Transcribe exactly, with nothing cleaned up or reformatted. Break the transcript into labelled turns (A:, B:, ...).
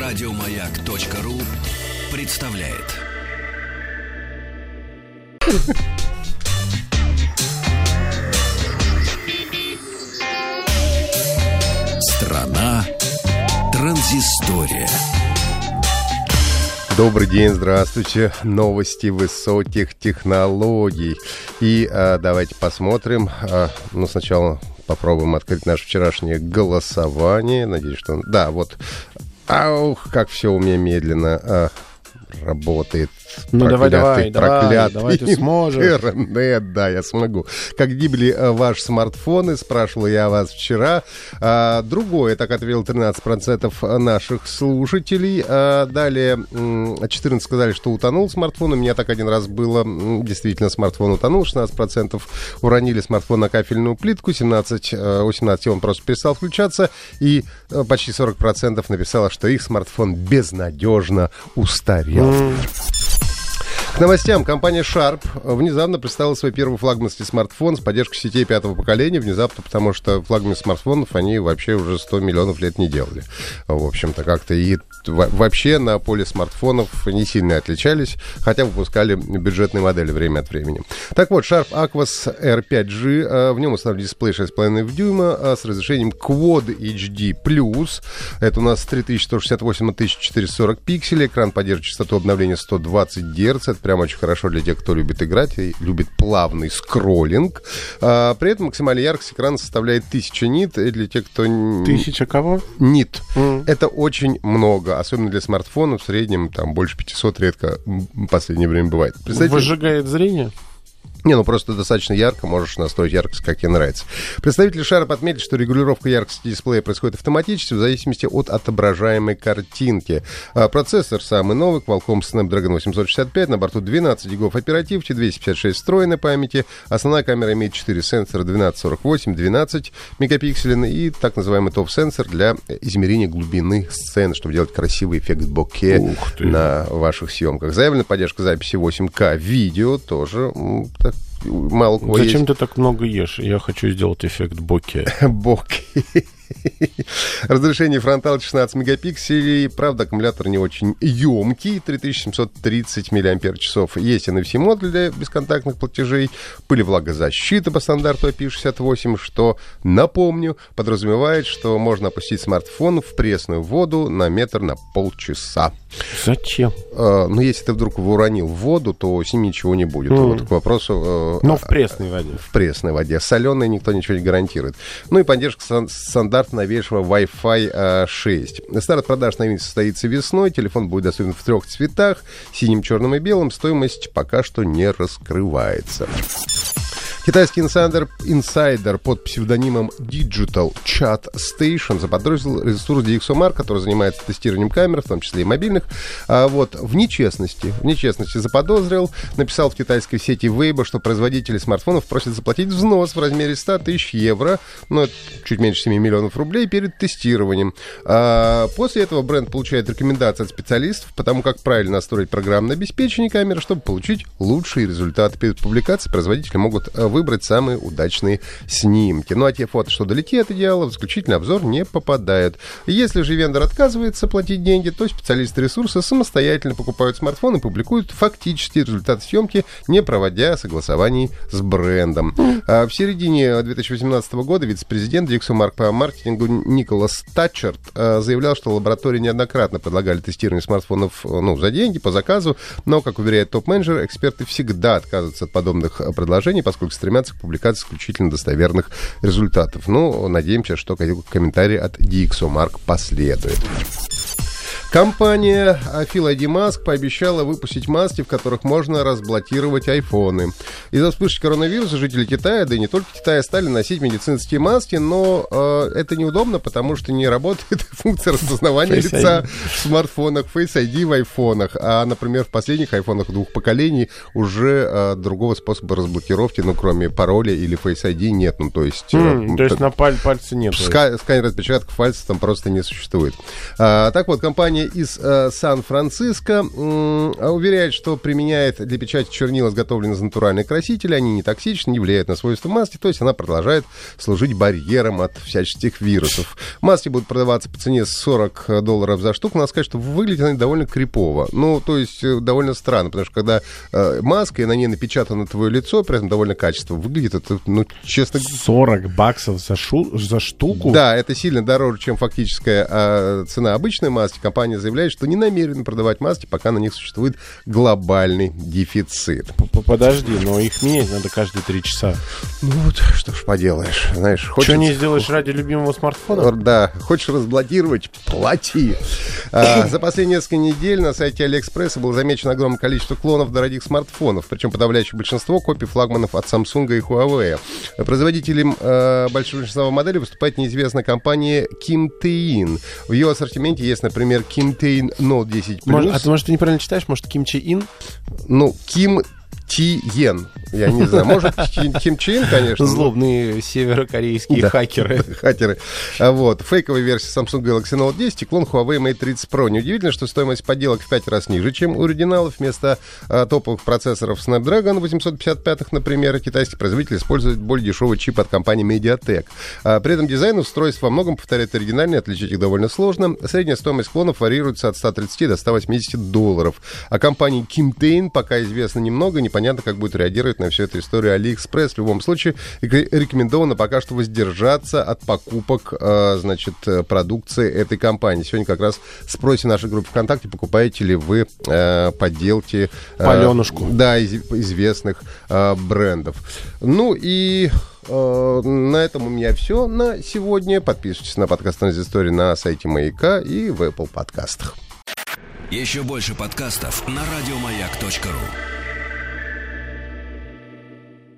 A: Радиомаяк.ру представляет. Страна транзистория.
B: Добрый день, здравствуйте. Новости высоких технологий. И а, давайте посмотрим. А, ну, сначала попробуем открыть наше вчерашнее голосование. Надеюсь, что... Да, вот. Аух, как все у меня медленно а, работает.
C: Ну,
B: проклятый,
C: давай, давай,
B: проклятый
C: давай, ты сможешь.
B: интернет, да, я смогу. Как гибли а, ваши смартфоны, спрашивал я вас вчера. А, другое, так ответил тринадцать процентов наших слушателей. А, далее четырнадцать сказали, что утонул смартфон. У меня так один раз было. Действительно, смартфон утонул. шестнадцать процентов уронили смартфон на кафельную плитку. семнадцать, восемнадцать он просто перестал включаться. И почти сорок процентов написало, что их смартфон безнадежно устарел. Mm. К новостям. Компания Sharp внезапно представила свой первый флагманский смартфон с поддержкой сетей пятого поколения. Внезапно, потому что флагманы смартфонов они вообще уже сто миллионов лет не делали. В общем-то, как-то и вообще на поле смартфонов не сильно отличались, хотя выпускали бюджетные модели время от времени. Так вот, Sharp Aquos эр пять джи. В нем установлен дисплей шесть с половиной дюйма с разрешением Quad эйч ди плюс. Это у нас три тысячи сто шестьдесят восемь на тысяча четыреста сорок пикселей. Экран поддерживает частоту обновления сто двадцать герц. Это прям очень хорошо для тех, кто любит играть и любит плавный скроллинг. А, при этом максимальная яркость экрана составляет тысяча нит. И для тех, кто...
C: Тысяча кого?
B: Нит.
C: Mm.
B: Это очень много. Особенно для смартфона в среднем там больше пятьсот редко в последнее время бывает.
C: Выжигает зрение?
B: Не, ну просто достаточно ярко, можешь настроить яркость, как тебе нравится. Представители Sharp отметили, что регулировка яркости дисплея происходит автоматически в зависимости от отображаемой картинки. А процессор самый новый, Qualcomm Snapdragon восемьсот шестьдесят пять, на борту двенадцать гигов оперативки, двести пятьдесят шесть встроенной памяти. Основная камера имеет четыре сенсора двенадцать сорок восемь, двенадцать мегапикселей и так называемый топ-сенсор для измерения глубины сцены, чтобы делать красивый эффект боке на ваших съемках. Заявлена поддержка записи восемь ка видео, тоже так, мало кого
C: Зачем
B: есть.
C: ты так много ешь? Я хочу сделать эффект боке.
B: Боке. Разрешение фронтал шестнадцать мегапикселей. Правда, аккумулятор не очень емкий. три тысячи семьсот тридцать миллиампер-часов. Есть эн эф си-модуль для бесконтактных платежей. Пылевлагозащита по стандарту эй пи шестьдесят восемь, что, напомню, подразумевает, что можно опустить смартфон в пресную воду на метр на полчаса.
C: Зачем?
B: Э, ну, если ты вдруг его уронил в воду, то с ним ничего не будет. Mm. Вот к вопросу... Э,
C: Но в пресной воде.
B: В пресной воде. Соленой никто ничего не гарантирует. Ну и поддержка стандарта новейшего Wi-Fi шесть. Старт продаж новинки состоится весной. Телефон будет доступен в трех цветах: синим, черным и белым. Стоимость пока что не раскрывается. Китайский инсайдер, инсайдер под псевдонимом Digital Chat Station заподозрил ресурс DxOMark, который занимается тестированием камер, в том числе и мобильных, а вот в нечестности. В нечестности заподозрил. Написал в китайской сети Weibo, что производители смартфонов просят заплатить взнос в размере сто тысяч евро, ну, это чуть меньше семь миллионов рублей, перед тестированием. А после этого бренд получает рекомендации от специалистов по тому, как правильно настроить программное обеспечение камеры, чтобы получить лучшие результаты. Перед публикацией производители могут выбрать самые удачные снимки. Ну а те фото, что далеки от идеала, в исключительный обзор не попадают. Если же вендор отказывается платить деньги, то специалисты ресурса самостоятельно покупают смартфон и публикуют фактические результаты съемки, не проводя согласований с брендом. А в середине две тысячи восемнадцатого года вице-президент DxOMark по маркетингу Николас Татчерт заявлял, что лаборатории неоднократно предлагали тестирование смартфонов, ну, за деньги, по заказу, но, как уверяет топ-менеджер, эксперты всегда отказываются от подобных предложений, поскольку стремятся к публикации исключительно достоверных результатов. Ну, надеемся, что комментарий от DxOMark последует. Компания Phil ай ди Mask пообещала выпустить маски, в которых можно разблокировать айфоны. Из-за вспышки коронавируса жители Китая, да и не только Китая, стали носить медицинские маски, но э, это неудобно, потому что не работает функция распознавания лица в смартфонах, Face ай ди в айфонах. А, например, в последних айфонах двух поколений уже э, другого способа разблокировки, ну, кроме пароля или Face ай ди, нет. Ну, то есть...
C: Mm,
B: э,
C: то есть на паль- пальце нет.
B: Ска- сканер отпечатков пальцев там просто не существует. А, так вот, компания из э, Сан-Франциско м, уверяет, что применяет для печати чернила, изготовленные из натуральных красителей. Они не токсичны, не влияют на свойства маски, то есть она продолжает служить барьером от всяческих вирусов. Маски будут продаваться по цене сорок долларов за штуку. Надо сказать, что выглядят они довольно крипово. Ну, то есть э, довольно странно, потому что когда э, маска, и на ней напечатано твое лицо, при этом довольно качественно выглядит, это, ну, честно...
C: сорок баксов за, шу... за штуку?
B: Да, это сильно дороже, чем фактическая э, цена обычной маски. Компания заявляет, что не намерена продавать маски, пока на них существует глобальный дефицит.
C: Подожди, но их менять надо каждые три часа.
B: Ну вот, что ж поделаешь. Знаешь, хочется...
C: Что не сделаешь ради любимого смартфона?
B: Да, хочешь разблокировать — плати. А, за последние несколько недель на сайте Алиэкспресса было замечено огромное количество клонов дорогих смартфонов, причем подавляющее большинство копий флагманов от Samsung и Huawei. Производителем э, большого большинства моделей выступает неизвестная компания Kimtein. В ее ассортименте есть, например, Kimtein Note десять плюс.
C: Может, а ты, может, ты неправильно читаешь? Может, Ким Чен Ин?
B: Ну, Ким Ти Йен. Я не знаю. Может, Ким Чен Ин, конечно.
C: Злобные северокорейские
B: да.
C: хакеры.
B: Хакеры. Вот. Фейковая версия Samsung Galaxy Note десять и клон Huawei Mate тридцать Pro. Неудивительно, что стоимость подделок в пять раз ниже, чем у оригиналов. Вместо а, топовых процессоров Snapdragon восемьсот пятьдесят пять, например, китайский производитель использует более дешевый чип от компании MediaTek. А, при этом дизайн устройств во многом повторяет оригинальный, отличить их довольно сложно. Средняя стоимость клонов варьируется от ста тридцати до ста восьмидесяти долларов. А компании Kimtein пока известно немного, непонятно, как будет реагировать на всю эту историю AliExpress. В любом случае, рекомендовано пока что воздержаться от покупок, э, значит, продукции этой компании. Сегодня как раз спросите в нашей группе ВКонтакте, покупаете ли вы э, подделки э,
C: Паленушку.
B: Да, из, известных э, брендов. Ну и э, на этом у меня все на сегодня. Подписывайтесь на подкаст «Транзистория» на сайте Маяка и в Apple подкастах.
A: Еще больше подкастов на радиомаяк точка ру.